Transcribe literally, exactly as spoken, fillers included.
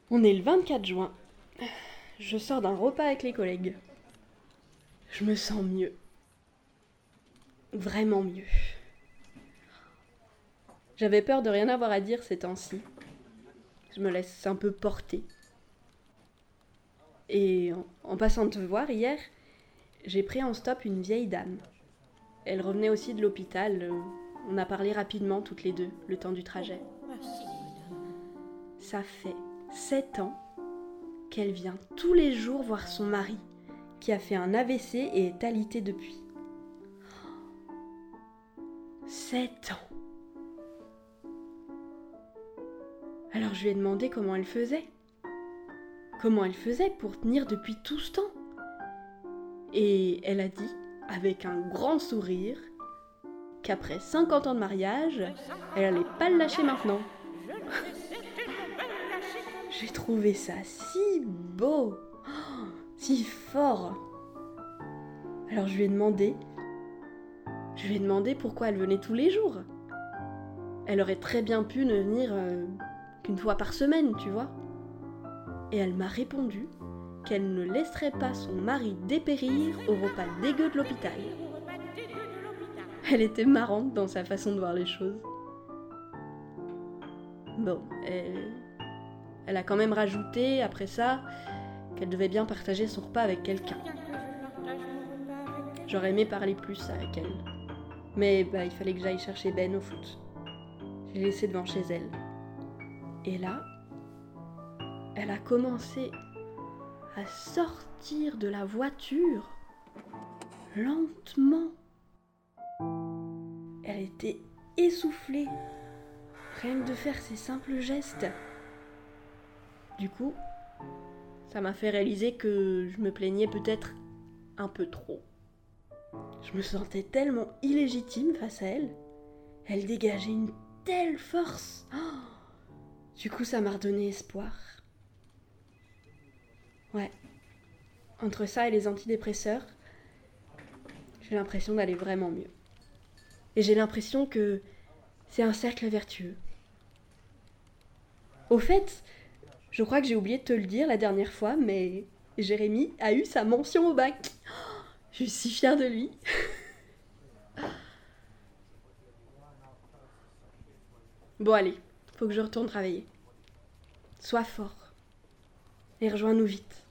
On est le vingt-quatre juin. Je sors d'un repas avec les collègues. Je me sens mieux. Vraiment mieux. J'avais peur de rien avoir à dire ces temps-ci. Je me laisse un peu porter. Et en, en passant te voir hier, j'ai pris en stop une vieille dame. Elle revenait aussi de l'hôpital. On a parlé rapidement toutes les deux, le temps du trajet. Ça fait sept ans qu'elle vient tous les jours voir son mari, qui a fait un A V C et est alité depuis. Sept ans. Alors je lui ai demandé comment elle faisait. Comment elle faisait pour tenir depuis tout ce temps. Et elle a dit, avec un grand sourire, qu'après cinquante ans de mariage, elle allait pas le lâcher maintenant. J'ai trouvé ça si beau, oh, si fort. Alors je lui ai demandé, je lui ai demandé pourquoi elle venait tous les jours. Elle aurait très bien pu ne venir euh, qu'une fois par semaine, tu vois. Et elle m'a répondu qu'elle ne laisserait pas son mari dépérir au repas dégueu de l'hôpital. Elle était marrante dans sa façon de voir les choses. Bon, elle... Elle a quand même rajouté, après ça, qu'elle devait bien partager son repas avec quelqu'un. J'aurais aimé parler plus avec elle. Mais bah, il fallait que j'aille chercher Ben au foot. Je l'ai laissé devant chez elle. Et là, elle a commencé à sortir de la voiture lentement. Elle était essoufflée, rien que de faire ces simples gestes. Du coup, ça m'a fait réaliser que je me plaignais peut-être un peu trop. Je me sentais tellement illégitime face à elle. Elle dégageait une telle force. Oh, du coup, ça m'a redonné espoir. Ouais. Entre ça et les antidépresseurs, j'ai l'impression d'aller vraiment mieux. Et j'ai l'impression que c'est un cercle vertueux. Au fait, je crois que j'ai oublié de te le dire la dernière fois, mais Jérémy a eu sa mention au bac. Oh, je suis si fière de lui. Bon allez, faut que je retourne travailler. Sois fort et rejoins-nous vite.